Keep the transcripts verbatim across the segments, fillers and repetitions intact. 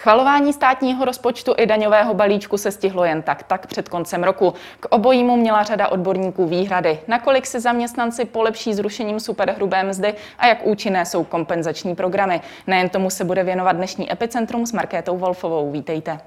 Schvalování státního rozpočtu i daňového balíčku se stihlo jen tak, tak před koncem roku. K obojímu měla řada odborníků výhrady. Nakolik si zaměstnanci polepší zrušením superhrubé mzdy a jak účinné jsou kompenzační programy. Nejen tomu se bude věnovat dnešní Epicentrum s Markétou Wolfovou. Vítejte.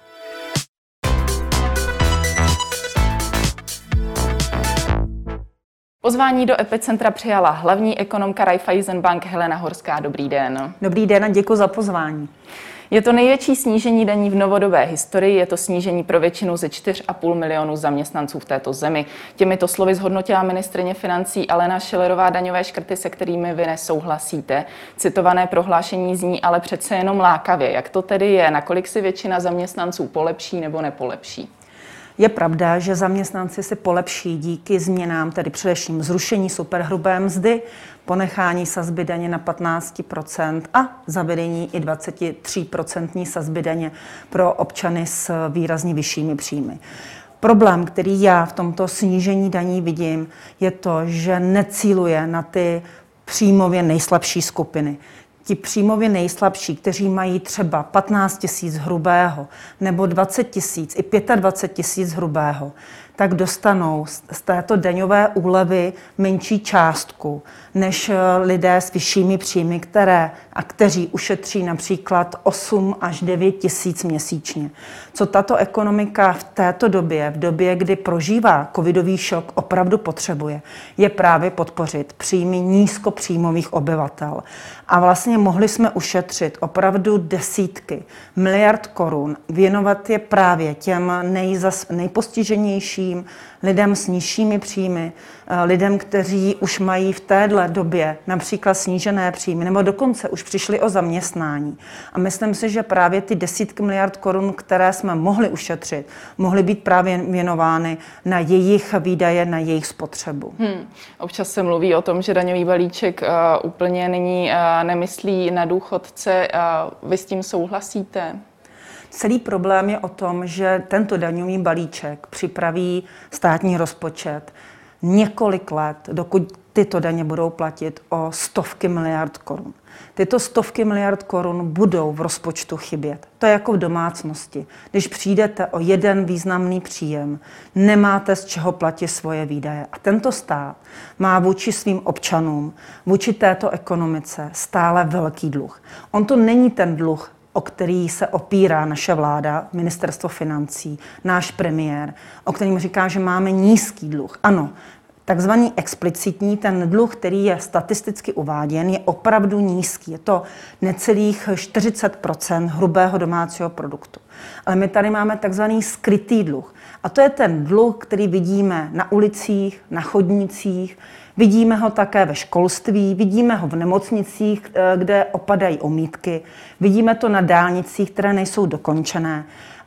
Pozvání do Epicentra přijala hlavní ekonomka Raiffeisenbank Helena Horská. Dobrý den. Dobrý den a děkuji za pozvání. Je to největší snížení daní v novodobé historii, je to snížení pro většinu ze čtyři a půl milionu zaměstnanců v této zemi. Těmito slovy zhodnotila ministryně financí Alena Schillerová daňové škrty, se kterými vy nesouhlasíte. Citované prohlášení zní ale přece jenom lákavě. Jak to tedy je? Nakolik si většina zaměstnanců polepší nebo nepolepší? Je pravda, že zaměstnanci si polepší díky změnám, tedy především zrušení superhrubé mzdy, ponechání sazby daně na patnáct procent a zavedení i dvacet tři procent sazby daně pro občany s výrazně vyššími příjmy. Problém, který já v tomto snížení daní vidím, je to, že necíluje na ty příjmově nejslabší skupiny. Ti příjmově nejslabší, kteří mají třeba patnáct tisíc hrubého nebo dvacet tisíc i dvacet pět tisíc hrubého, tak dostanou z této daňové úlevy menší částku než lidé s vyššími příjmy, které a kteří ušetří například osm až devět tisíc měsíčně. Co tato ekonomika v této době, v době, kdy prožívá covidový šok, opravdu potřebuje, je právě podpořit příjmy nízkopříjmových obyvatel. A vlastně mohli jsme ušetřit opravdu desítky miliard korun, věnovat je právě těm nejzas, nejpostiženějším, lidem s nižšími příjmy, lidem, kteří už mají v téhle době například snížené příjmy, nebo dokonce už přišli o zaměstnání. A myslím si, že právě ty desítky miliard korun, které jsme mohli ušetřit, mohly být právě věnovány na jejich výdaje, na jejich spotřebu. Hmm. Občas se mluví o tom, že daňový balíček uh, úplně není, uh, nemyslí na důchodce. Uh, vy s tím souhlasíte? Celý problém je o tom, že tento daňový balíček připraví státní rozpočet několik let, dokud tyto daně budou platit, o stovky miliard korun. Tyto stovky miliard korun budou v rozpočtu chybět. To je jako v domácnosti. Když přijdete o jeden významný příjem, nemáte z čeho platit svoje výdaje. A tento stát má vůči svým občanům, vůči této ekonomice stále velký dluh. On to není ten dluh, o který se opírá naše vláda, ministerstvo financí, náš premiér, o kterém říká, že máme nízký dluh. Ano, takzvaný explicitní, ten dluh, který je statisticky uváděn, je opravdu nízký. Je to necelých čtyřicet procent hrubého domácího produktu. Ale my tady máme takzvaný skrytý dluh. A to je ten dluh, který vidíme na ulicích, na chodnících, vidíme ho také ve školství, vidíme ho v nemocnicích, kde opadají omítky, vidíme to na dálnicích, které nejsou dokončené,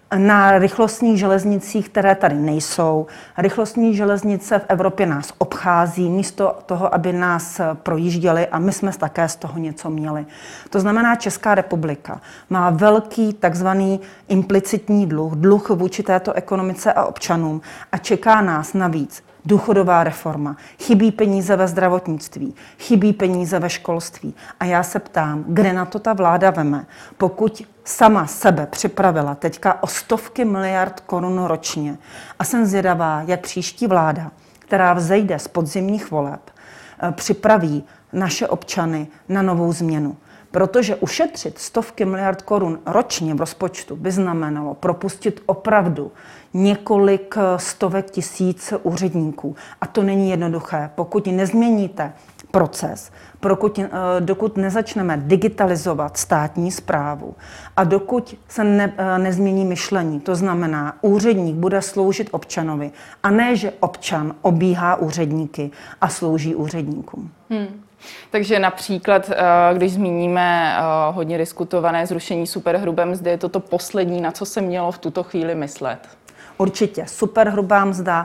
na rychlostních železnicích, které tady nejsou. Rychlostní železnice v Evropě nás obchází místo toho, aby nás projížděly, a my jsme také z toho něco měli. To znamená, Česká republika má velký takzvaný implicitní dluh, dluh vůči této ekonomice a občanům, a čeká nás navíc důchodová reforma, chybí peníze ve zdravotnictví, chybí peníze ve školství. A já se ptám, kde na to ta vláda veme, pokud sama sebe připravila teďka o stovky miliard korun ročně. A jsem zvědavá, jak příští vláda, která vzejde z podzimních voleb, připraví naše občany na novou změnu. Protože ušetřit stovky miliard korun ročně v rozpočtu by znamenalo propustit opravdu několik stovek tisíc úředníků. A to není jednoduché. Pokud nezměníte proces, pokud, dokud nezačneme digitalizovat státní správu a dokud se ne, nezmění myšlení, to znamená, úředník bude sloužit občanovi a ne, že občan obíhá úředníky a slouží úředníkům. Hmm. Takže například, když zmíníme hodně diskutované zrušení superhrubé mzdy, je to to poslední, na co se mělo v tuto chvíli myslet? Určitě. Superhrubá mzda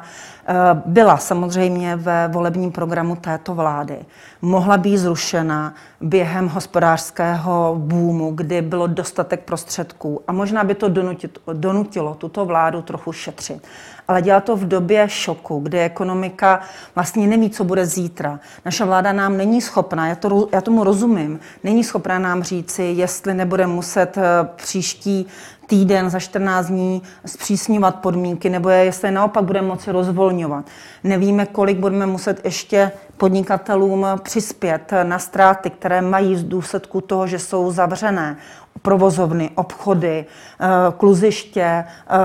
byla samozřejmě ve volebním programu této vlády. Mohla být zrušena během hospodářského boomu, kdy bylo dostatek prostředků, a možná by to donutilo tuto vládu trochu šetřit. ale dělá to v době šoku, kdy ekonomika vlastně neví, co bude zítra. Naše vláda nám není schopná, já, to, já tomu rozumím, není schopná nám říci, jestli nebude muset příští týden za čtrnáct dní zpřísňovat podmínky, nebo je, jestli naopak budeme moci rozvolňovat. Nevíme, kolik budeme muset ještě podnikatelům přispět na ztráty, které mají z důsledku toho, že jsou zavřené provozovny, obchody, kluziště,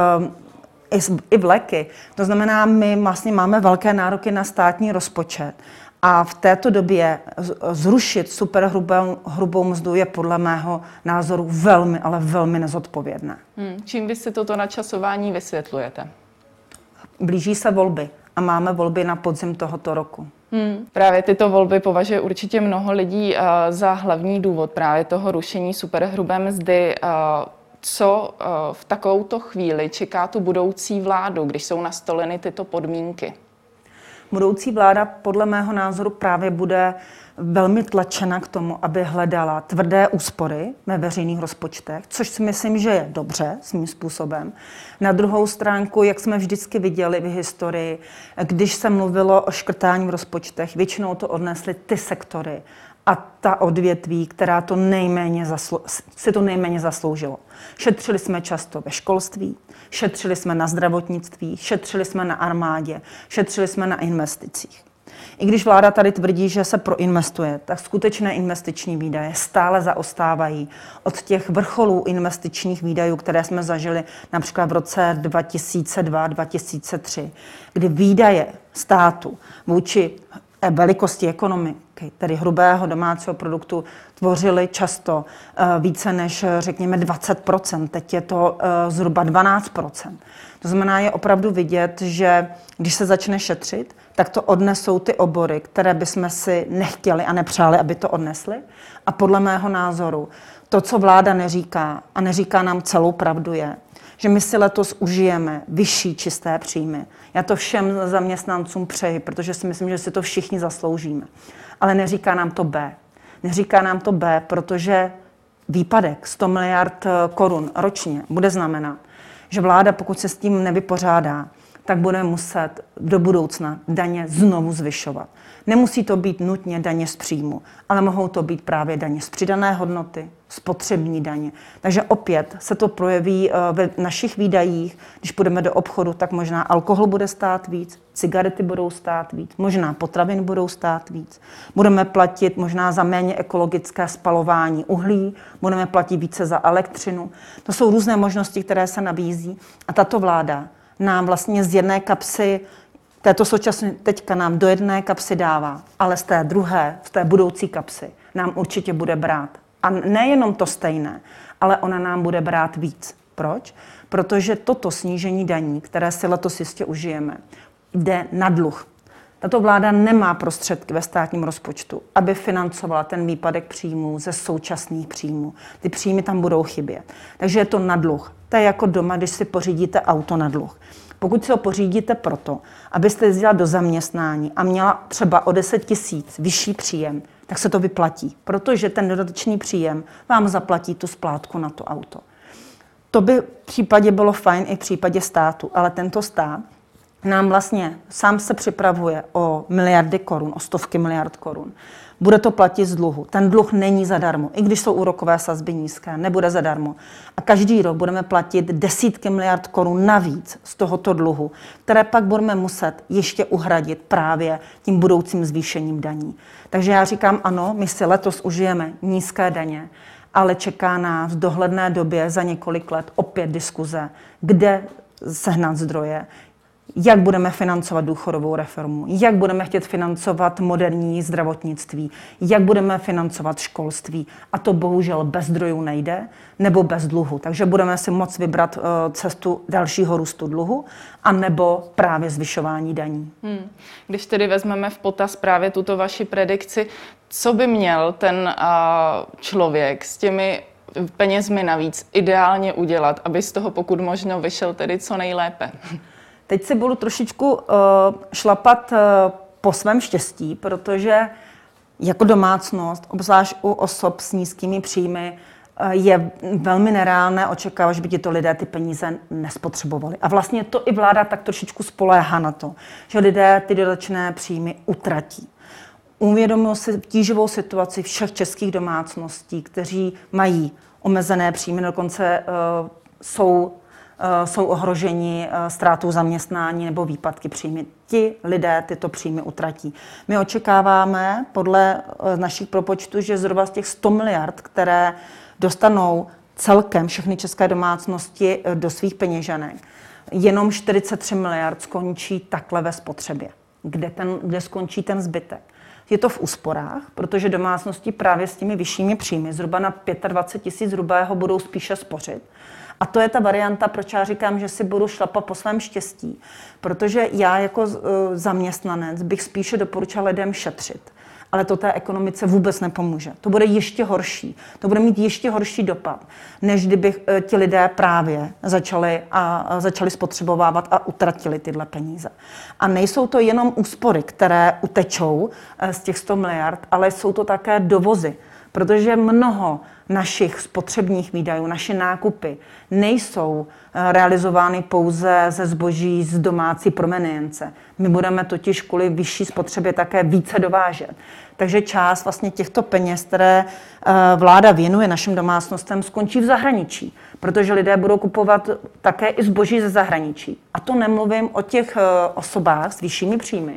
i vleky. To znamená, my vlastně máme velké nároky na státní rozpočet. A v této době zrušit superhrubou hrubou mzdu je podle mého názoru velmi, ale velmi nezodpovědné. Hmm. Čím vy si toto načasování vysvětlujete? Blíží se volby a máme volby na podzim tohoto roku. Hmm. Právě tyto volby považuje určitě mnoho lidí uh, za hlavní důvod právě toho rušení superhrubé mzdy. Uh, co uh, v takovouto chvíli čeká tu budoucí vládu, když jsou nastoleny tyto podmínky? Budoucí vláda podle mého názoru právě bude velmi tlačena k tomu, aby hledala tvrdé úspory ve veřejných rozpočtech, což si myslím, že je dobře svým způsobem. Na druhou stránku, jak jsme vždycky viděli v historii, když se mluvilo o škrtání v rozpočtech, většinou to odnesly ty sektory a ta odvětví, která to nejméně zaslu- si to nejméně zasloužilo. Šetřili jsme často ve školství, šetřili jsme na zdravotnictví, šetřili jsme na armádě, šetřili jsme na investicích. I když vláda tady tvrdí, že se proinvestuje, tak skutečné investiční výdaje stále zaostávají od těch vrcholů investičních výdajů, které jsme zažili například v roce dva tisíce dva dva tisíce tři, kdy výdaje státu vůči velikosti ekonomiky, tedy hrubého domácího produktu, tvořily často více než, řekněme, dvacet procent. Teď je to zhruba dvanáct procent. To znamená, je opravdu vidět, že když se začne šetřit, tak to odnesou ty obory, které bychom si nechtěli a nepřáli, aby to odnesly. A podle mého názoru to, co vláda neříká a neříká nám celou pravdu, je, že my si letos užijeme vyšší čisté příjmy. Já to všem zaměstnancům přeji, protože si myslím, že si to všichni zasloužíme. Ale neříká nám to B. Neříká nám to B, protože výpadek sto miliard korun ročně bude znamenat, že vláda, pokud se s tím nevypořádá, tak bude muset do budoucna daně znovu zvyšovat. Nemusí to být nutně daně z příjmu, ale mohou to být právě daně z přidané hodnoty, spotřební daně. Takže opět se to projeví ve našich výdajích. Když půjdeme do obchodu, tak možná alkohol bude stát víc, cigarety budou stát víc, možná potraviny budou stát víc. Budeme platit možná za méně ekologické spalování uhlí, budeme platit více za elektřinu. To jsou různé možnosti, které se nabízí. A tato vláda nám vlastně z jedné kapsy, této současně teďka nám do jedné kapsy dává, ale z té druhé, z té budoucí kapsy nám určitě bude brát. A nejenom to stejné, ale ona nám bude brát víc. Proč? Protože toto snížení daní, které si letos jistě užijeme, jde na dluh. Tato vláda nemá prostředky ve státním rozpočtu, aby financovala ten výpadek příjmů ze současných příjmů. Ty příjmy tam budou chybět. Takže je to na dluh. To je jako doma, když si pořídíte auto na dluh. Pokud si ho pořídíte proto, abyste jezdila do zaměstnání a měla třeba o deset tisíc vyšší příjem, tak se to vyplatí, protože ten dodatečný příjem vám zaplatí tu splátku na to auto. To by v případě bylo fajn i v případě státu, ale tento stát nám vlastně sám se připravuje o miliardy korun, o stovky miliard korun. Bude to platit z dluhu. Ten dluh není zadarmo. I když jsou úrokové sazby nízké, nebude zadarmo. A každý rok budeme platit desítky miliard korun navíc z tohoto dluhu, které pak budeme muset ještě uhradit právě tím budoucím zvýšením daní. Takže já říkám ano, my si letos užijeme nízké daně, ale čeká nás v dohledné době za několik let opět diskuze, kde sehnat zdroje, jak budeme financovat důchodovou reformu, jak budeme chtět financovat moderní zdravotnictví, jak budeme financovat školství. A to bohužel bez zdrojů nejde, nebo bez dluhu. Takže budeme si moct vybrat cestu dalšího růstu dluhu, anebo právě zvyšování daní. Hmm. Když tedy vezmeme v potaz právě tuto vaši predikci, co by měl ten uh, člověk s těmi penězmi navíc ideálně udělat, aby z toho pokud možno vyšel tedy co nejlépe? Teď si budu trošičku uh, šlapat uh, po svém štěstí, protože jako domácnost, obzvlášť u osob s nízkými příjmy, je velmi nereálné očekávat, že by tito lidé ty peníze nespotřebovali. A vlastně to i vláda tak trošičku spoléhá na to, že lidé ty dodatečné příjmy utratí. Uvědomují si tíživou situaci všech českých domácností, kteří mají omezené příjmy, dokonce uh, jsou, uh, jsou ohroženi uh, ztrátou zaměstnání nebo výpadky příjmy. Ti lidé tyto příjmy utratí. My očekáváme podle uh, našich propočtů, že zhruba z těch sto miliard, které dostanou celkem všechny české domácnosti uh, do svých peněženek, jenom čtyřicet tři miliard skončí takhle ve spotřebě. Kde, ten, kde skončí ten zbytek? Je to v úsporách, protože domácnosti právě s těmi vyššími příjmy, zhruba na dvacet pět tisíc hrubého, budou spíše spořit. A to je ta varianta, proč já říkám, že si budu šlapat po svém štěstí. Protože já jako zaměstnanec bych spíše doporučila lidem šetřit. Ale to té ekonomice vůbec nepomůže. To bude ještě horší. To bude mít ještě horší dopad, než kdyby ti lidé právě začali, a, začali spotřebovávat a utratili tyhle peníze. A nejsou to jenom úspory, které utečou z těch sto miliard, ale jsou to také dovozy. Protože mnoho našich spotřebních výdajů, naše nákupy nejsou realizovány pouze ze zboží z domácí provenience. My budeme totiž kvůli vyšší spotřebě také více dovážet. Takže část vlastně těchto peněz, které vláda věnuje našim domácnostem, skončí v zahraničí, protože lidé budou kupovat také i zboží ze zahraničí. A to nemluvím o těch osobách s vyššími příjmy,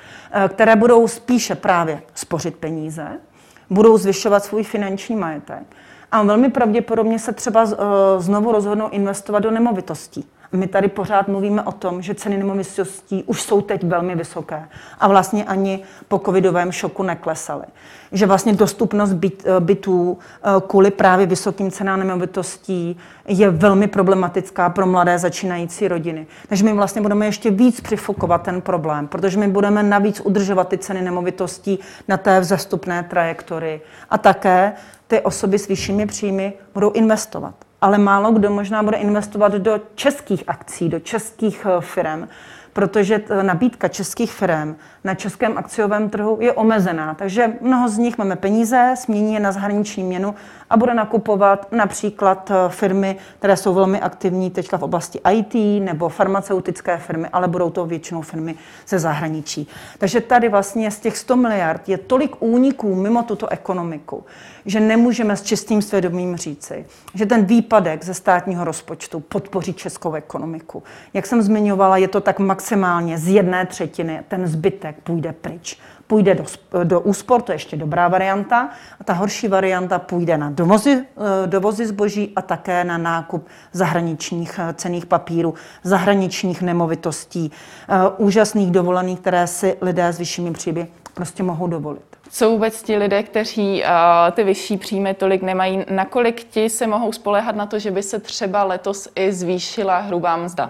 které budou spíše právě spořit peníze, budou zvyšovat svůj finanční majetek a velmi pravděpodobně se třeba znovu rozhodnou investovat do nemovitostí. My tady pořád mluvíme o tom, že ceny nemovitostí už jsou teď velmi vysoké a vlastně ani po covidovém šoku neklesaly. Že vlastně dostupnost byt, bytů kvůli právě vysokým cenám nemovitostí je velmi problematická pro mladé začínající rodiny. Takže my vlastně budeme ještě víc přifokovat ten problém, protože my budeme navíc udržovat ty ceny nemovitostí na té vzestupné trajektorii. A také ty osoby s vyššími příjmy budou investovat. Ale málo kdo možná bude investovat do českých akcí, do českých firem, protože nabídka českých firem na českém akciovém trhu je omezená. Takže mnoho z nich máme peníze, smění je na zahraniční měnu a bude nakupovat například firmy, které jsou velmi aktivní teďka v oblasti í té nebo farmaceutické firmy, ale budou to většinou firmy ze zahraničí. Takže tady vlastně z těch sto miliard je tolik úniků mimo tuto ekonomiku, že nemůžeme s čistým svědomím říci, že ten výpadek ze státního rozpočtu podpoří českou ekonomiku. Jak jsem zmiňovala, je to tak maximálně z jedné třetiny, ten zbytek půjde pryč. Půjde do, do úspor, to je ještě dobrá varianta, a ta horší varianta půjde na dovozy, dovozy zboží a také na nákup zahraničních cenných papírů, zahraničních nemovitostí, úžasných dovolených, které si lidé s vyššími příjmy prostě mohou dovolit. Jsou vůbec ti lidé, kteří uh, ty vyšší příjmy tolik nemají, nakolik ti se mohou spoléhat na to, že by se třeba letos i zvýšila hrubá mzda?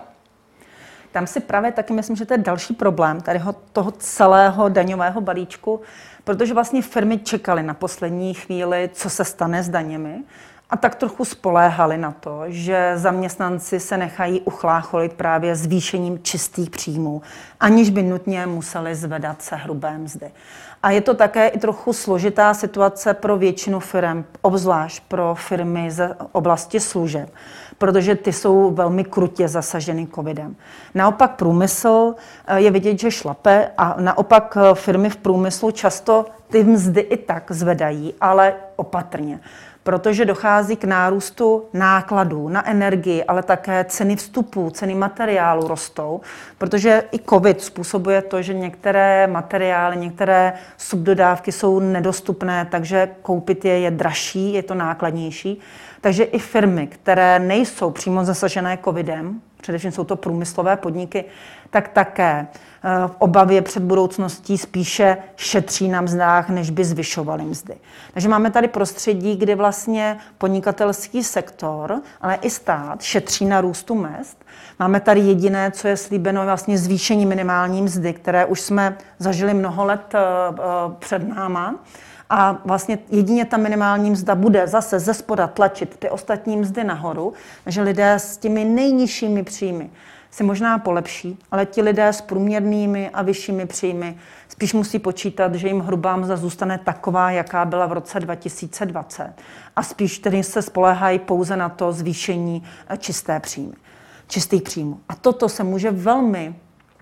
Tam si právě taky myslím, že to je další problém tady toho celého daňového balíčku, protože vlastně firmy čekaly na poslední chvíli, co se stane s daněmi, a tak trochu spoléhali na to, že zaměstnanci se nechají uchlácholit právě zvýšením čistých příjmů, aniž by nutně museli zvedat se hrubé mzdy. A je to také i trochu složitá situace pro většinu firm, obzvlášť pro firmy z oblasti služeb, protože ty jsou velmi krutě zasaženy covidem. Naopak průmysl je vidět, že šlape, a naopak firmy v průmyslu často ty mzdy i tak zvedají, ale opatrně. Protože dochází k nárůstu nákladů na energii, ale také ceny vstupů, ceny materiálu rostou, protože i covid způsobuje to, že některé materiály, některé subdodávky jsou nedostupné, takže koupit je je dražší, je to nákladnější. Takže i firmy, které nejsou přímo zasažené covidem, především jsou to průmyslové podniky, tak také v obavě před budoucností spíše šetří na mzdách, než by zvyšovaly mzdy. Takže máme tady prostředí, kdy vlastně podnikatelský sektor, ale i stát šetří na růstu mezd. Máme tady jediné, co je slíbeno, vlastně zvýšení minimální mzdy, které už jsme zažili mnoho let před náma. A vlastně jedině ta minimální mzda bude zase ze spoda tlačit ty ostatní mzdy nahoru, že lidé s těmi nejnižšími příjmy si možná polepší, ale ti lidé s průměrnými a vyššími příjmy spíš musí počítat, že jim hrubá mzda zůstane taková, jaká byla v roce dva tisíce dvacet. A spíš tedy se spoléhají pouze na to zvýšení čisté příjmy, čistých příjmů. A toto se může velmi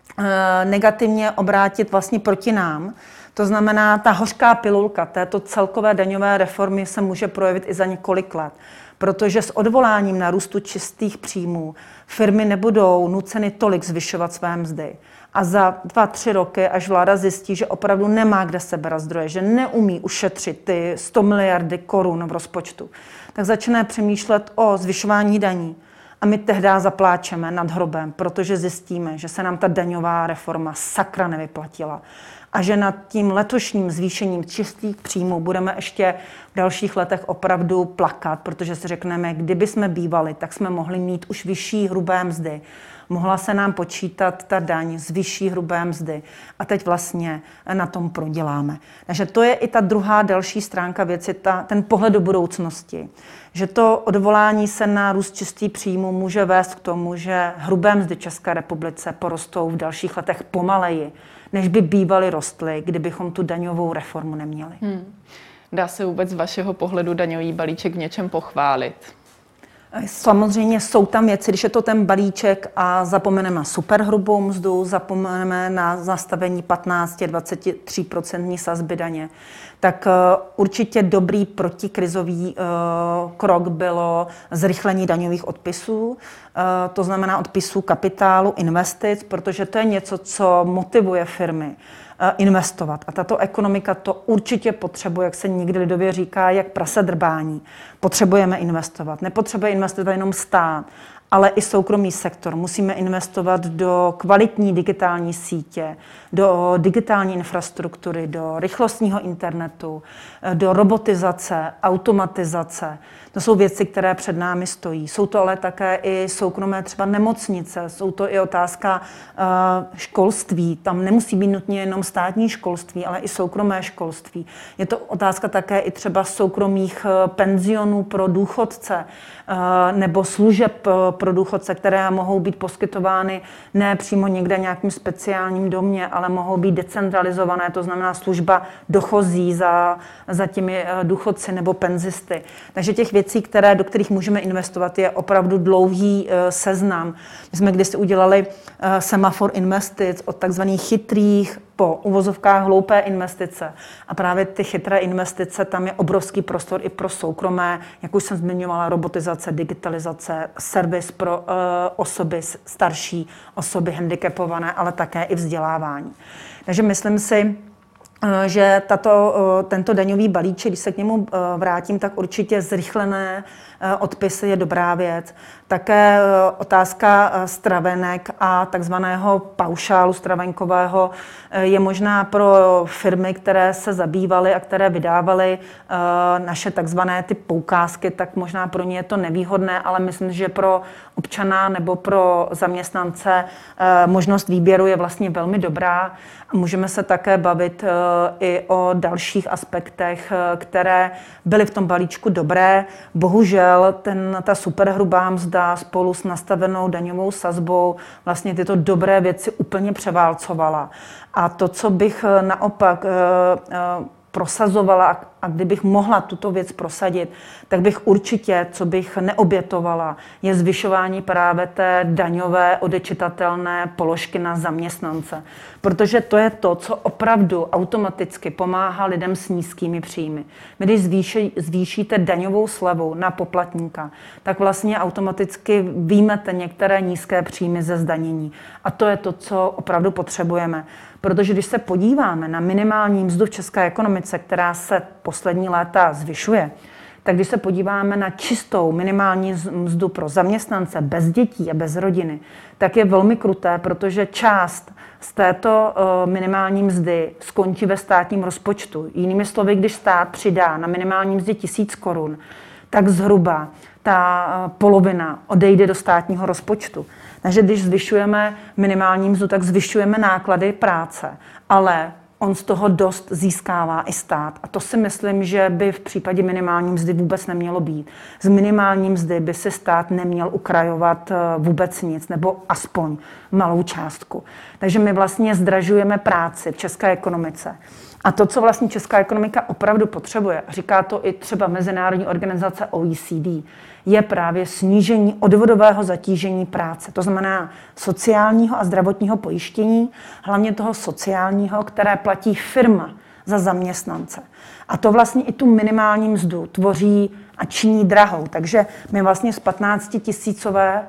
e, negativně obrátit vlastně proti nám. To znamená, ta hořká pilulka této celkové daňové reformy se může projevit i za několik let. Protože s odvoláním na růstu čistých příjmů firmy nebudou nuceny tolik zvyšovat své mzdy. A za dva, tři roky, až vláda zjistí, že opravdu nemá kde seberat zdroje, že neumí ušetřit ty sto miliardy korun v rozpočtu, tak začne přemýšlet o zvyšování daní. A my tehdy zapláčeme nad hrobem, protože zjistíme, že se nám ta daňová reforma sakra nevyplatila. A že nad tím letošním zvýšením čistých příjmů budeme ještě v dalších letech opravdu plakat, protože si řekneme, kdyby jsme bývali, tak jsme mohli mít už vyšší hrubé mzdy. Mohla se nám počítat ta daň z vyšší hrubé mzdy. A teď vlastně na tom proděláme. Takže to je i ta druhá další stránka věci, ta, ten pohled do budoucnosti. Že to odvolání se na růst čistých příjmů může vést k tomu, že hrubé mzdy České republice porostou v dalších letech pomaleji, než by bývaly rostly, kdybychom tu daňovou reformu neměli. Hmm. Dá se vůbec z vašeho pohledu daňový balíček v něčem pochválit? Samozřejmě jsou tam věci, když je to ten balíček a zapomeneme na superhrubou mzdu, zapomeneme na zastavení patnáct až dvacet tři procent sazby daně, tak určitě dobrý protikrizový krok bylo zrychlení daňových odpisů, to znamená odpisů kapitálu, investic, protože to je něco, co motivuje firmy investovat. A tato ekonomika to určitě potřebuje, jak se někdy lidově říká, jak prase drbání. Potřebujeme investovat. Nepotřebuje investovat jenom stát, ale i soukromý sektor. Musíme investovat do kvalitní digitální sítě, do digitální infrastruktury, do rychlostního internetu, do robotizace, automatizace. To jsou věci, které před námi stojí. Jsou to ale také i soukromé třeba nemocnice, jsou to i otázka uh, školství. Tam nemusí být nutně jenom státní školství, ale i soukromé školství. Je to otázka také i třeba soukromých uh, penzionů pro důchodce uh, nebo služeb uh, pro důchodce, které mohou být poskytovány ne přímo někde nějakým speciálním domě, ale mohou být decentralizované, to znamená služba dochozí za, za těmi uh, důchodci nebo penzisty. Takže těch věcí, které, do kterých můžeme investovat, je opravdu dlouhý uh, seznam. My jsme kdysi udělali uh, semafor investic od takzvaných chytrých po uvozovkách hloupé investice. A právě ty chytré investice, tam je obrovský prostor i pro soukromé, jak už jsem zmiňovala, robotizace, digitalizace, servis pro uh, osoby starší, osoby handicapované, ale také i vzdělávání. Takže myslím si, že tato, tento daňový balíček, když se k němu vrátím, tak určitě zrychlené odpisy je dobrá věc. Také otázka stravenek a takzvaného paušálu stravenkového je možná pro firmy, které se zabývaly a které vydávaly naše takzvané ty poukázky, tak možná pro ně je to nevýhodné, ale myslím, že pro občana nebo pro zaměstnance možnost výběru je vlastně velmi dobrá. Můžeme se také bavit i o dalších aspektech, které byly v tom balíčku dobré. Bohužel ten, ta superhrubá mzda spolu s nastavenou daňovou sazbou vlastně tyto dobré věci úplně převálcovala. A to, co bych naopak prosazovala a kdybych mohla tuto věc prosadit, tak bych určitě, co bych neobětovala, je zvyšování právě té daňové odečitatelné položky na zaměstnance. Protože to je to, co opravdu automaticky pomáhá lidem s nízkými příjmy. Vy, když zvýši, zvýšíte daňovou slevu na poplatníka, tak vlastně automaticky výjmete některé nízké příjmy ze zdanění. A to je to, co opravdu potřebujeme. Protože když se podíváme na minimální mzdu v české ekonomice, která se poslední léta zvyšuje, tak když se podíváme na čistou minimální mzdu pro zaměstnance bez dětí a bez rodiny, tak je velmi kruté, protože část z této minimální mzdy skončí ve státním rozpočtu. Jinými slovy, když stát přidá na minimální mzdě tisíc korun, tak zhruba ta polovina odejde do státního rozpočtu. Takže když zvyšujeme minimální mzdu, tak zvyšujeme náklady práce, ale on z toho dost získává i stát. A to si myslím, že by v případě minimální mzdy vůbec nemělo být. Z minimální mzdy by si stát neměl ukrajovat vůbec nic, nebo aspoň malou částku. Takže my vlastně zdražujeme práci v české ekonomice. A to, co vlastně česká ekonomika opravdu potřebuje, a říká to i třeba mezinárodní organizace O E C D, je právě snížení odvodového zatížení práce. To znamená sociálního a zdravotního pojištění, hlavně toho sociálního, které platí firma za zaměstnance. A to vlastně i tu minimální mzdu tvoří a činí drahou. Takže my vlastně z patnáctitisícové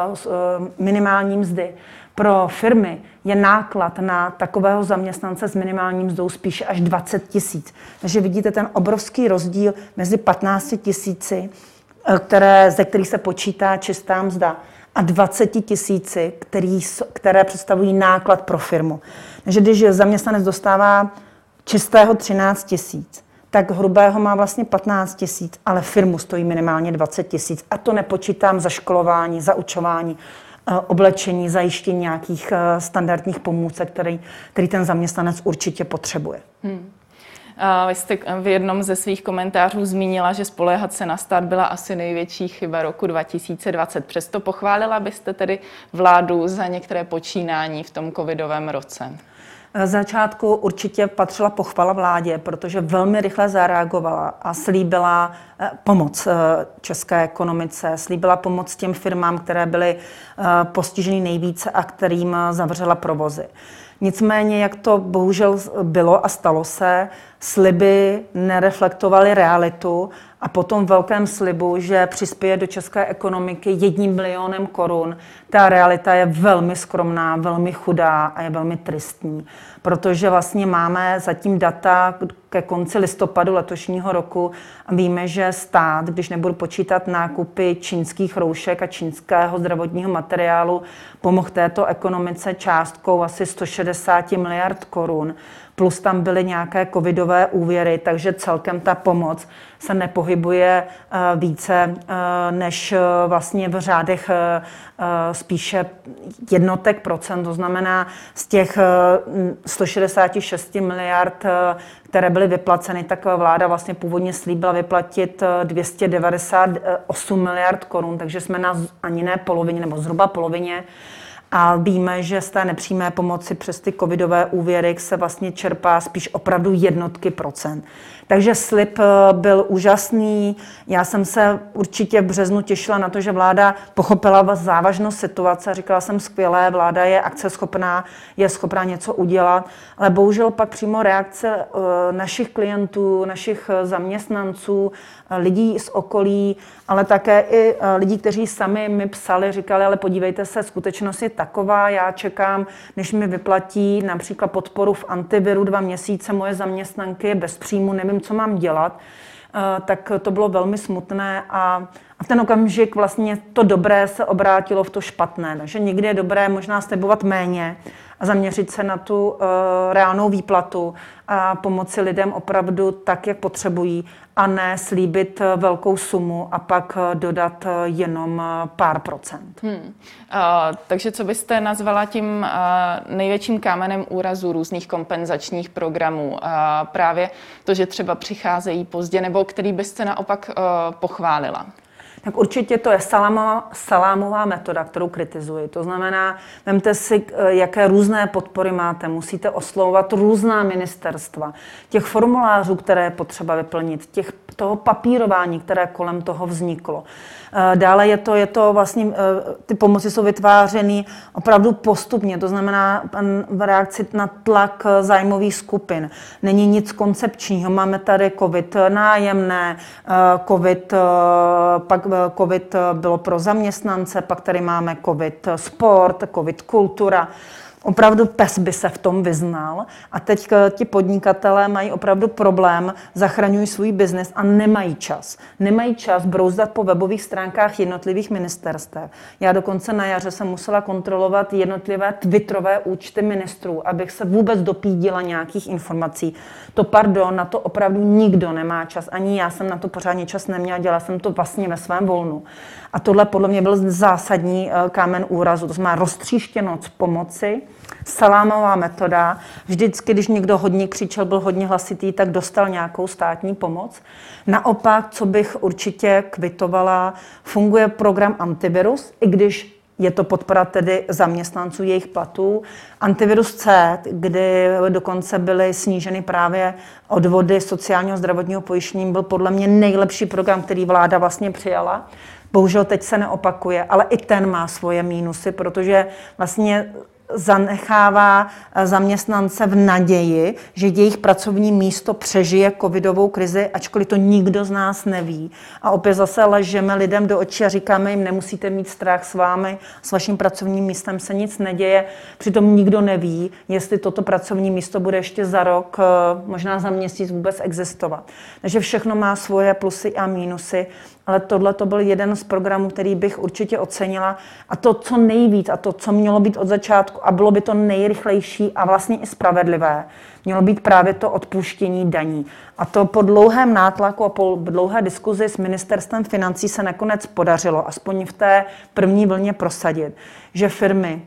uh, minimální mzdy pro firmy je náklad na takového zaměstnance s minimální mzdou spíše až dvacet tisíc. Takže vidíte ten obrovský rozdíl mezi patnácti tisíci, které, ze kterých se počítá čistá mzda, a dvaceti tisíci, který, které představují náklad pro firmu. Takže když zaměstnanec dostává čistého třináct tisíc, tak hrubého má vlastně patnáct tisíc, ale firmu stojí minimálně dvacet tisíc. A to nepočítám za školování, za učování, oblečení, zajištění nějakých standardních pomůcek, který, který ten zaměstnanec určitě potřebuje. Hmm. Vy jste v jednom ze svých komentářů zmínila, že spoléhat se na stát byla asi největší chyba roku dva tisíce dvacet. Přesto pochválila byste tedy vládu za některé počínání v tom covidovém roce? Z začátku určitě patřila pochvala vládě, protože velmi rychle zareagovala a slíbila pomoc české ekonomice, slíbila pomoc těm firmám, které byly postiženy nejvíce a kterým zavřela provozy. Nicméně, jak to bohužel bylo a stalo se, sliby nereflektovaly realitu a po tom velkém slibu, že přispěje do české ekonomiky jedním bilionem korun, ta realita je velmi skromná, velmi chudá a je velmi tristní. Protože vlastně máme zatím data ke konci listopadu letošního roku a víme, že stát, když nebudu počítat nákupy čínských roušek a čínského zdravotního materiálu, pomohl této ekonomice částkou asi sto šedesát miliard korun. Plus tam byly nějaké covidové úvěry, takže celkem ta pomoc se nepohybuje více než vlastně v řádech spíše jednotek procent. To znamená, z těch sto šedesát šest miliard, které byly vyplaceny, tak vláda vlastně původně slíbila vyplatit dvě stě devadesát osm miliard korun, takže jsme na ani ne polovině, nebo zhruba polovině. A víme, že z té nepřímé pomoci přes ty covidové úvěry se vlastně čerpá spíš opravdu jednotky procent. Takže slib byl úžasný. Já jsem se určitě v březnu těšila na to, že vláda pochopila závažnost situace. Říkala jsem skvělé, vláda je akceschopná, je schopná něco udělat. Ale bohužel pak přímo reakce našich klientů, našich zaměstnanců, lidí z okolí, ale také i lidí, kteří sami mi psali, říkali, ale podívejte se, skutečnost je taková, já čekám, než mi vyplatí například podporu v antiviru dva měsíce, moje zaměstnanky bez příjmu, nevím, co mám dělat, tak to bylo velmi smutné a v ten okamžik vlastně to dobré se obrátilo v to špatné. Takže někdy je dobré možná slibovat méně a zaměřit se na tu uh, reálnou výplatu a pomoci lidem opravdu tak, jak potřebují, a ne slíbit velkou sumu a pak dodat jenom pár procent. Hmm. Uh, takže co byste nazvala tím uh, největším kámenem úrazu různých kompenzačních programů? Uh, právě to, že třeba přicházejí pozdě, nebo který byste naopak uh, pochválila? Tak určitě to je salámová, salámová metoda, kterou kritizuji. To znamená, vemte si, jaké různé podpory máte, musíte oslovovat různá ministerstva, těch formulářů, které je potřeba vyplnit, těch, toho papírování, které kolem toho vzniklo. Dále je to, je to vlastně, ty pomoci jsou vytvářeny opravdu postupně, to znamená v reakci na tlak zájmových skupin. Není nic koncepčního, máme tady covid nájemné, covid, pak covid bylo pro zaměstnance, pak tady covid covid sport, covid kultura. Opravdu pes by se v tom vyznal a teď ti podnikatelé mají opravdu problém, zachraňují svůj biznes a nemají čas. Nemají čas brouzdat po webových stránkách jednotlivých ministerstev. Já dokonce na jaře jsem musela kontrolovat jednotlivé twitterové účty ministrů, abych se vůbec dopídila nějakých informací. To pardon, na to opravdu nikdo nemá čas. Ani já jsem na to pořádně čas neměla, dělala jsem to vlastně ve svém volnu. A tohle podle mě byl zásadní kámen úrazu. To znamená roztříštěnost pomoci, salámová metoda. Vždycky, když někdo hodně křičel, byl hodně hlasitý, tak dostal nějakou státní pomoc. Naopak, co bych určitě kvitovala, funguje program Antivirus, i když je to podpora tedy zaměstnanců jejich platů. Antivirus C, kdy dokonce byly sníženy právě odvody sociálního zdravotního pojištění, byl podle mě nejlepší program, který vláda vlastně přijala. Bohužel teď se neopakuje, ale i ten má svoje mínusy, protože vlastně zanechává zaměstnance v naději, že jejich pracovní místo přežije covidovou krizi, ačkoliv to nikdo z nás neví. A opět zase ležeme lidem do očí a říkáme jim, nemusíte mít strach s vámi, s vaším pracovním místem se nic neděje. Přitom nikdo neví, jestli toto pracovní místo bude ještě za rok, možná za měsíc vůbec existovat. Takže všechno má svoje plusy a mínusy. Ale tohle to byl jeden z programů, který bych určitě ocenila. A to, co nejvíc, a to, co mělo být od začátku, a bylo by to nejrychlejší a vlastně i spravedlivé, mělo být právě to odpuštění daní. A to po dlouhém nátlaku a po dlouhé diskuzi s ministerstvem financí se nakonec podařilo, aspoň v té první vlně prosadit, že firmy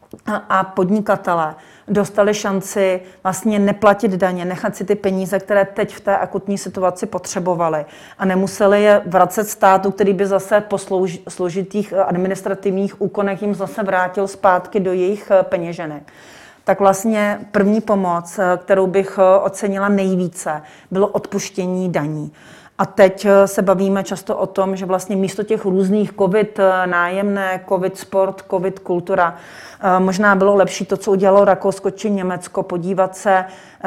a podnikatelé dostali šanci vlastně neplatit daně, nechat si ty peníze, které teď v té akutní situaci potřebovali a nemuseli je vracet státu, který by zase po složitých administrativních úkonech jim zase vrátil zpátky do jejich peněženek. Tak vlastně první pomoc, kterou bych ocenila nejvíce, bylo odpuštění daní. A teď se bavíme často o tom, že vlastně místo těch různých covid nájemné, covid sport, covid kultura, možná bylo lepší to, co udělalo Rakousko či Německo, podívat se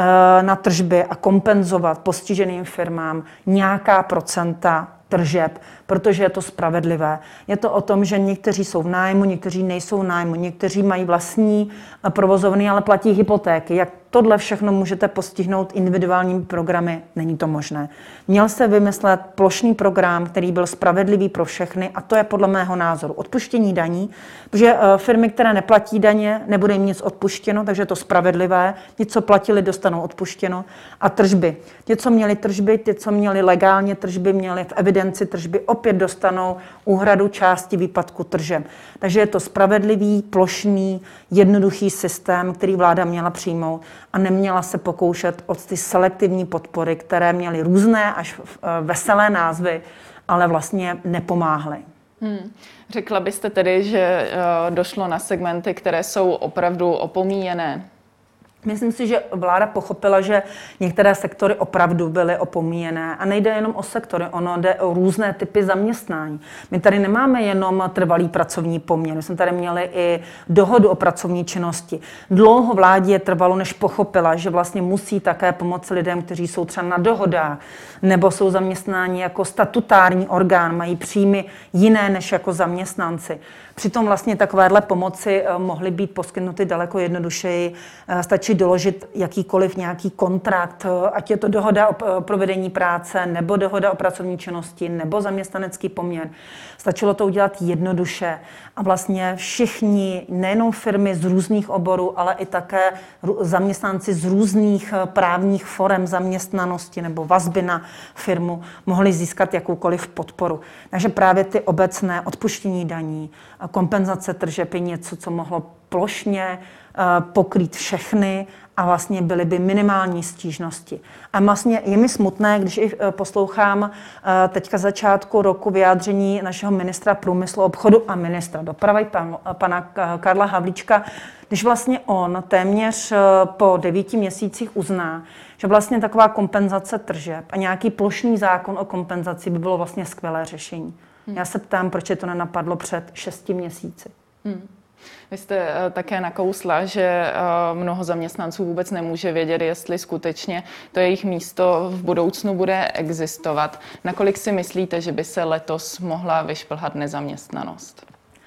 na tržby a kompenzovat postiženým firmám nějaká procenta tržeb, protože je to spravedlivé. Je to o tom, že někteří jsou v nájmu, někteří nejsou v nájmu, někteří mají vlastní provozovny, ale platí hypotéky. Jak tohle všechno můžete postihnout individuálními programy, není to možné. Měl se vymyslet plošný program, který byl spravedlivý pro všechny, a to je podle mého názoru odpuštění daní, protože firmy, které neplatí daně, nebude jim nic odpuštěno, takže je to spravedlivé. Ti, co platili, dostanou odpuštěno. A tržby. Ti, co měli tržby, ti, co měli legálně tržby, měli v evidenci tržby, opět dostanou úhradu části výpadku tržeb. Takže je to spravedlivý, plošný, jednoduchý systém, který vláda měla přijmout a neměla se pokoušet od ty selektivní podpory, které měly různé až veselé názvy, ale vlastně nepomáhaly. Hmm. Řekla byste tedy, že došlo na segmenty, které jsou opravdu opomíjené? Myslím si, že vláda pochopila, že některé sektory opravdu byly opomíjené. A nejde jenom o sektory, ono jde o různé typy zaměstnání. My tady nemáme jenom trvalý pracovní poměr, my jsme tady měli i dohodu o pracovní činnosti. Dlouho vládě trvalo, než pochopila, že vlastně musí také pomoci lidem, kteří jsou třeba na dohodách, nebo jsou zaměstnáni jako statutární orgán, mají příjmy jiné než jako zaměstnanci. Přitom vlastně takovéhle pomoci mohly být poskytnuty daleko jednodušeji. Stačí doložit jakýkoliv nějaký kontrakt, ať je to dohoda o provedení práce, nebo dohoda o pracovní činnosti, nebo zaměstnanecký poměr. Stačilo to udělat jednoduše. A vlastně všichni, nejenom firmy z různých oborů, ale i také zaměstnanci z různých právních forem zaměstnanosti nebo vazby na firmu mohli získat jakoukoliv podporu. Takže právě ty obecné odpuštění daní, kompenzace tržeb je něco, co mohlo plošně pokrýt všechny a vlastně byly by minimální stížnosti. A vlastně je mi smutné, když i poslouchám teďka začátku roku vyjádření našeho ministra průmyslu, obchodu a ministra dopravy, pana Karla Havlíčka, když vlastně on téměř po devíti měsících uzná, že vlastně taková kompenzace tržeb a nějaký plošný zákon o kompenzaci by bylo vlastně skvělé řešení. Hmm. Já se ptám, proč je to nenapadlo před šesti měsíci. Hmm. Vy jste také nakousla, že mnoho zaměstnanců vůbec nemůže vědět, jestli skutečně to jejich místo v budoucnu bude existovat. Nakolik si myslíte, že by se letos mohla vyšplhat nezaměstnanost?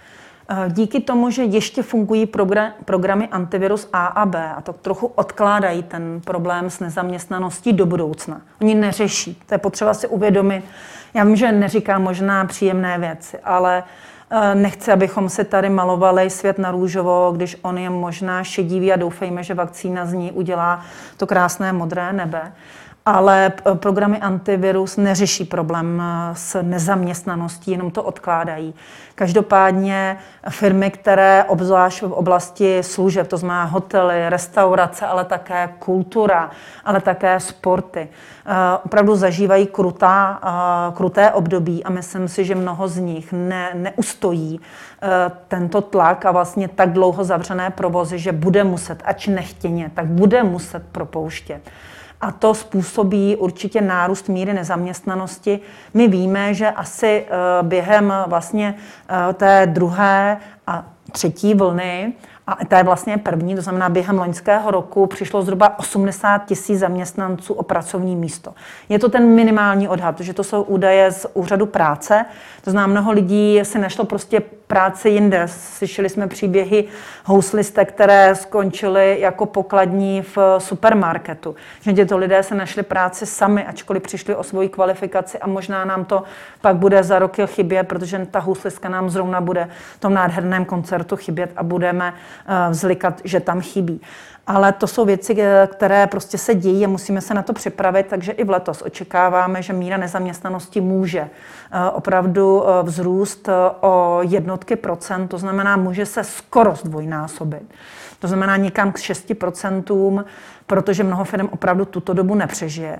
Díky tomu, že ještě fungují programy Antivirus A a B a to trochu odkládají ten problém s nezaměstnaností do budoucna. Oni neřeší, to je potřeba si uvědomit. Já vím, že neříkám možná příjemné věci, ale nechci, abychom si tady malovali svět na růžovo, když on je možná šedivý a doufejme, že vakcína z ní udělá to krásné modré nebe. Ale programy antivirus neřeší problém s nezaměstnaností, jenom to odkládají. Každopádně firmy, které obzvlášť v oblasti služeb, to znamená hotely, restaurace, ale také kultura, ale také sporty, opravdu zažívají krutá, kruté období a myslím si, že mnoho z nich ne, neustojí tento tlak a vlastně tak dlouho zavřené provozy, že bude muset, ač nechtěně, tak bude muset propouštět. A to způsobí určitě nárůst míry nezaměstnanosti. My víme, že asi během vlastně té druhé a třetí vlny, a to je vlastně první, to znamená během loňského roku, přišlo zhruba osmdesát tisíc zaměstnanců o pracovní místo. Je to ten minimální odhad, protože to jsou údaje z úřadu práce, to znamená mnoho lidí si našlo prostě práci jinde. Slyšeli jsme příběhy houslistek, které skončily jako pokladní v supermarketu. Že těto lidé se našli práci sami, ačkoliv přišli o svoji kvalifikaci a možná nám to pak bude za roky chybět, protože ta houslistka nám zrovna bude v tom nádherném koncertu chybět a budeme vzlikat, že tam chybí. Ale to jsou věci, které prostě se dějí a musíme se na to připravit, takže i v letos očekáváme, že míra nezaměstnanosti může opravdu vzrůst o jednotky procent, to znamená, může se skoro zdvojnásobit. To znamená někam k šesti procentům, protože mnoho firm opravdu tuto dobu nepřežije.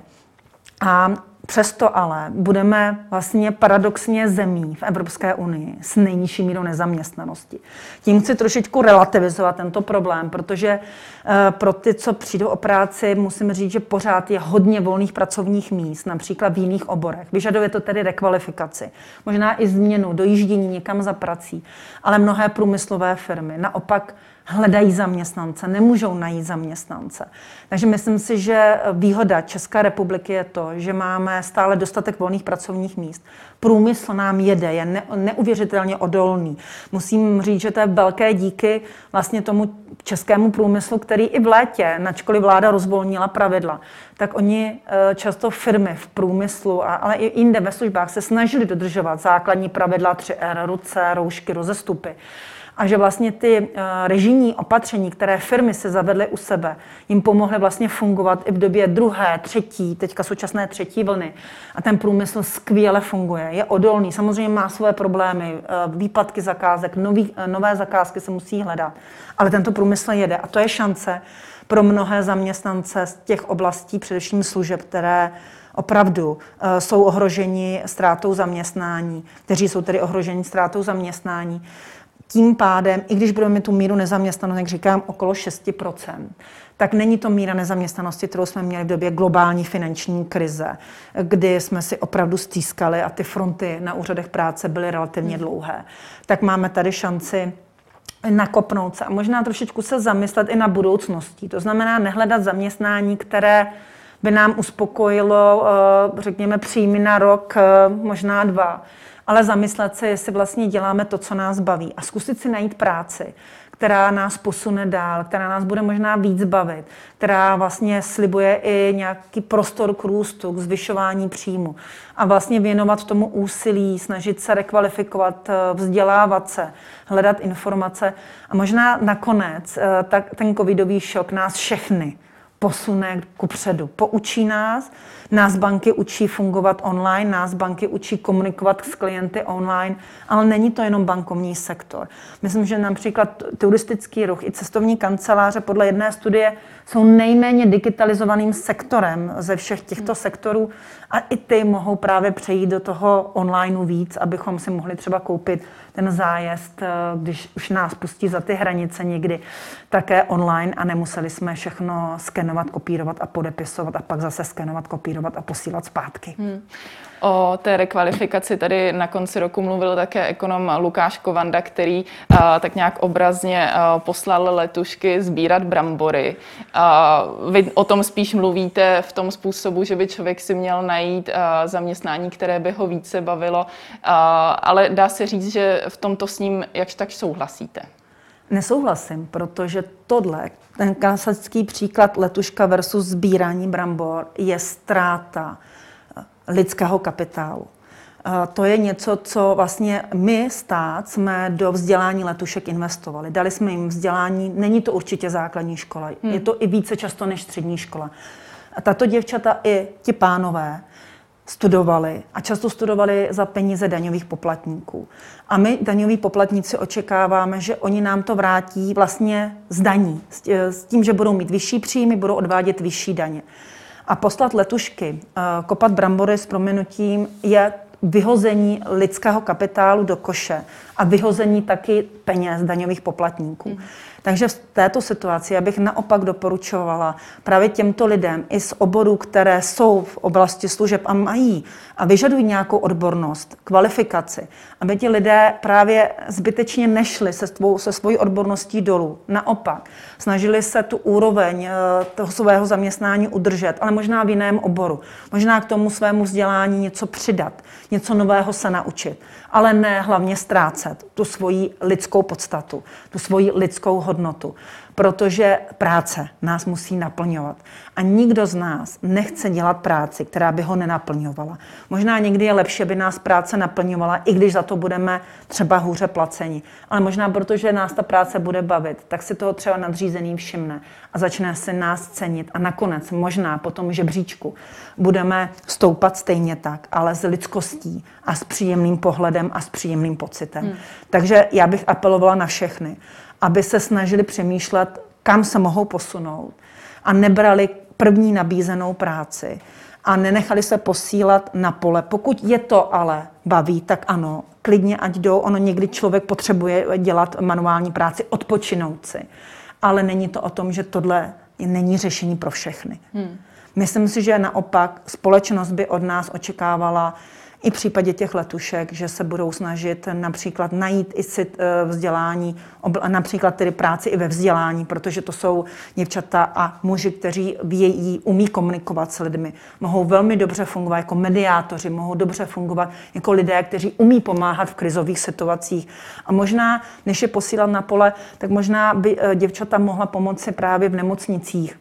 A přesto ale budeme vlastně paradoxně zemí v Evropské unii s nejnižší mírou nezaměstnanosti. Tím chci trošičku relativizovat tento problém, protože pro ty, co přijdou o práci, musím říct, že pořád je hodně volných pracovních míst, například v jiných oborech. Vyžaduje to tedy rekvalifikaci, možná i změnu, dojíždění někam za prací, ale mnohé průmyslové firmy naopak hledají zaměstnance, nemůžou najít zaměstnance. Takže myslím si, že výhoda České republiky je to, že máme stále dostatek volných pracovních míst. Průmysl nám jede, je ne, neuvěřitelně odolný. Musím říct, že to je velké díky vlastně tomu českému průmyslu, který i v létě, načkoliv vláda rozvolnila pravidla, tak oni často firmy v průmyslu, ale i jinde ve službách se snažili dodržovat základní pravidla tři R, ruce, roušky, rozestupy. A že vlastně ty uh, režijní opatření, které firmy se zavedly u sebe, jim pomohly vlastně fungovat i v době druhé, třetí, teďka současné třetí vlny. A ten průmysl skvěle funguje, je odolný, samozřejmě má své problémy, uh, výpadky zakázek, nový, uh, nové zakázky se musí hledat, ale tento průmysl jede a to je šance pro mnohé zaměstnance z těch oblastí, především služeb, které opravdu uh, jsou ohroženi ztrátou zaměstnání, kteří jsou tedy ohroženi ztrátou zaměstnání. Tím pádem, i když budeme mít tu míru nezaměstnanosti, jak říkám, okolo šest procent, tak není to míra nezaměstnanosti, kterou jsme měli v době globální finanční krize, kdy jsme si opravdu stýskali a ty fronty na úřadech práce byly relativně dlouhé. Tak máme tady šanci nakopnout se a možná trošičku se zamyslet i na budoucností. To znamená nehledat zaměstnání, které by nám uspokojilo, řekněme, příjmy na rok, možná dva, ale zamyslet se, jestli vlastně děláme to, co nás baví a zkusit si najít práci, která nás posune dál, která nás bude možná víc bavit, která vlastně slibuje i nějaký prostor k růstu, k zvyšování příjmu a vlastně věnovat tomu úsilí, snažit se rekvalifikovat, vzdělávat se, hledat informace a možná nakonec tak ten covidový šok nás všechny posune kupředu. Poučí nás, nás banky učí fungovat online, nás banky učí komunikovat s klienty online, ale není to jenom bankovní sektor. Myslím, že například turistický ruch i cestovní kanceláře podle jedné studie jsou nejméně digitalizovaným sektorem ze všech těchto sektorů a i ty mohou právě přejít do toho onlineu víc, abychom si mohli třeba koupit ten zájezd, když už nás pustí za ty hranice někdy, také online a nemuseli jsme všechno skenovat, kopírovat a podepisovat a pak zase skenovat, kopírovat a posílat zpátky. Hmm. O té rekvalifikaci tady na konci roku mluvil také ekonom Lukáš Kovanda, který uh, tak nějak obrazně uh, poslal letušky sbírat brambory. Uh, vy o tom spíš mluvíte v tom způsobu, že by člověk si měl najít uh, zaměstnání, které by ho více bavilo, uh, ale dá se říct, že v tomto s ním jakž tak souhlasíte. Nesouhlasím, protože tohle, ten klasický příklad letuška versus sbírání brambor, je ztráta lidského kapitálu. To je něco, co vlastně my, stát, jsme do vzdělání letušek investovali. Dali jsme jim vzdělání, není to určitě základní škola, hmm. je to i více často než střední škola. A tato děvčata i ti pánové studovali a často studovali za peníze daňových poplatníků. A my, daňoví poplatníci, očekáváme, že oni nám to vrátí vlastně z daní. S tím, že budou mít vyšší příjmy, budou odvádět vyšší daně. A poslat letušky, kopat brambory s prominutím je vyhození lidského kapitálu do koše a vyhození taky peněz daňových poplatníků. Mm. Takže v této situaci já bych naopak doporučovala právě těmto lidem i z oborů, které jsou v oblasti služeb a mají a vyžadují nějakou odbornost, kvalifikaci, aby ti lidé právě zbytečně nešli se, svou, se svojí odborností dolů. Naopak, snažili se tu úroveň toho svého zaměstnání udržet, ale možná v jiném oboru. Možná k tomu svému vzdělání něco přidat, něco nového se naučit, ale ne hlavně ztrácet tu svoji lidskou podstatu, tu svoji lidskou hodnotu, protože práce nás musí naplňovat. A nikdo z nás nechce dělat práci, která by ho nenaplňovala. Možná někdy je lepší, aby nás práce naplňovala, i když za to budeme třeba hůře placeni. Ale možná protože nás ta práce bude bavit, tak si toho třeba nadřízený všimne a začne si nás cenit. A nakonec možná po tom žebříčku budeme stoupat stejně tak, ale s lidskostí a s příjemným pohledem a s příjemným pocitem. Hmm. Takže já bych apelovala na všechny, aby se snažili přemýšlet, kam se mohou posunout a nebrali první nabízenou práci a nenechali se posílat na pole. Pokud je to ale baví, tak ano, klidně ať jdou. Ono někdy člověk potřebuje dělat manuální práci, odpočinout si. Ale není to o tom, že tohle není řešení pro všechny. Hmm. Myslím si, že naopak společnost by od nás očekávala i v případě těch letušek, že se budou snažit například najít i si vzdělání, například tedy práci i ve vzdělání, protože to jsou děvčata a muži, kteří vědí, umí komunikovat s lidmi, mohou velmi dobře fungovat jako mediátoři, mohou dobře fungovat jako lidé, kteří umí pomáhat v krizových situacích. A možná, než je posílat na pole, tak možná by děvčata mohla pomoci právě v nemocnicích,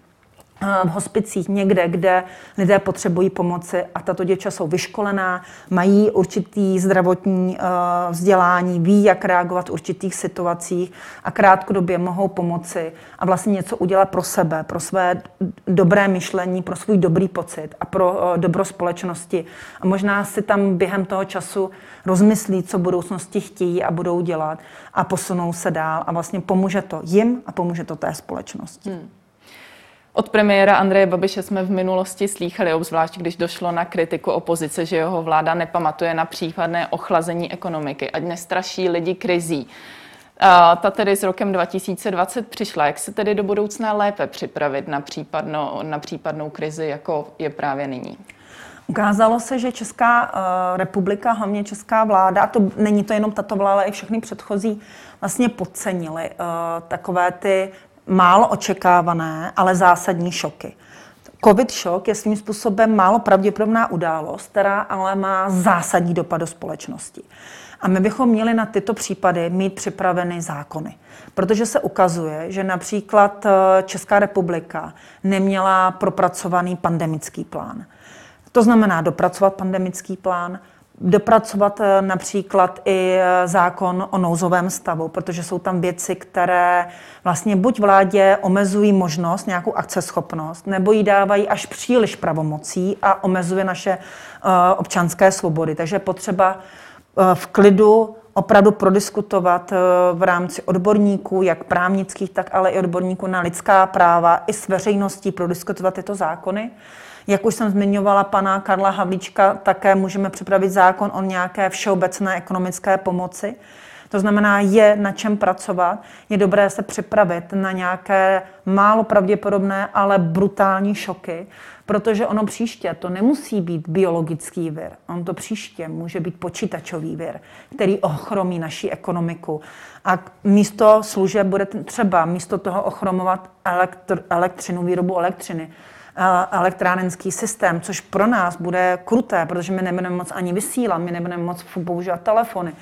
v hospicích, někde, kde lidé potřebují pomoci a tato děvčata jsou vyškolená, mají určitý zdravotní vzdělání, ví, jak reagovat v určitých situacích a krátkodobě mohou pomoci a vlastně něco udělat pro sebe, pro své dobré myšlení, pro svůj dobrý pocit a pro dobro společnosti. A možná si tam během toho času rozmyslí, co v budoucnosti chtějí a budou dělat a posunou se dál a vlastně pomůže to jim a pomůže to té společnosti. Hmm. Od premiéra Andreje Babiše jsme v minulosti slýchali, obzvlášť když došlo na kritiku opozice, že jeho vláda nepamatuje na případné ochlazení ekonomiky, ať nestraší lidi krizí. A ta tedy s rokem dva tisíce dvacet přišla. Jak se tedy do budoucna lépe připravit na, případno, na případnou krizi, jako je právě nyní? Ukázalo se, že Česká uh, republika, hlavně česká vláda, a to není to jenom tato vláda, ale i všechny předchozí, vlastně podcenili uh, takové ty málo očekávané, ale zásadní šoky. Covid šok je svým způsobem málo pravděpodobná událost, která ale má zásadní dopad do společnosti. A my bychom měli na tyto případy mít připraveny zákony. Protože se ukazuje, že například Česká republika neměla propracovaný pandemický plán. To znamená dopracovat pandemický plán, dopracovat například i zákon o nouzovém stavu, protože jsou tam věci, které vlastně buď vládě omezují možnost, nějakou akceschopnost, nebo jí dávají až příliš pravomocí a omezuje naše občanské svobody. Takže je potřeba v klidu opravdu prodiskutovat v rámci odborníků, jak právnických, tak ale i odborníků na lidská práva, i s veřejností prodiskutovat tyto zákony. Jak už jsem zmiňovala pana Karla Havlíčka, také můžeme připravit zákon o nějaké všeobecné ekonomické pomoci. To znamená, je na čem pracovat, je dobré se připravit na nějaké málo pravděpodobné, ale brutální šoky, protože ono příště to nemusí být biologický vir, on to příště může být počítačový vir, který ochromí naši ekonomiku. A místo služeb bude třeba místo toho ochromovat elektr- elektřinu, výrobu elektřiny, elektrárenský systém, což pro nás bude kruté, protože my nebudeme moc ani vysílat, my nebudeme moc používat telefony.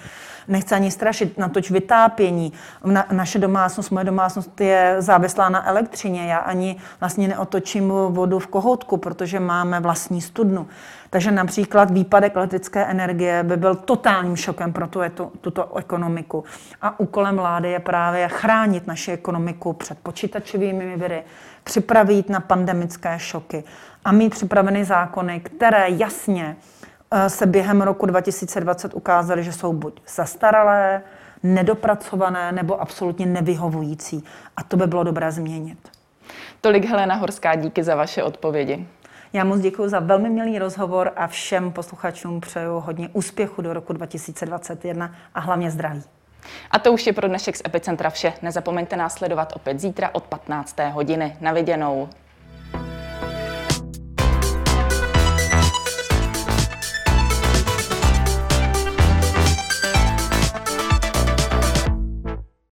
nechci ani strašit, natož vytápění. Na, naše domácnost, moje domácnost je závislá na elektřině. Já ani vlastně neotočím vodu v kohoutku, protože máme vlastní studnu. Takže například výpadek elektrické energie by byl totálním šokem pro tu, tu, tuto ekonomiku. A úkolem vlády je právě chránit naši ekonomiku před počítačovými viry, připravit na pandemické šoky a mít připraveny zákony, které jasně se během roku dva tisíce dvacet ukázaly, že jsou buď zastaralé, nedopracované nebo absolutně nevyhovující. A to by bylo dobré změnit. Tolik Helena Horská, díky za vaše odpovědi. Já moc děkuji za velmi milý rozhovor a všem posluchačům přeju hodně úspěchu do roku dva tisíce dvacet jedna a hlavně zdraví. A to už je pro dnešek z Epicentra vše. Nezapomeňte nás sledovat opět zítra od patnácté hodiny. Na viděnou.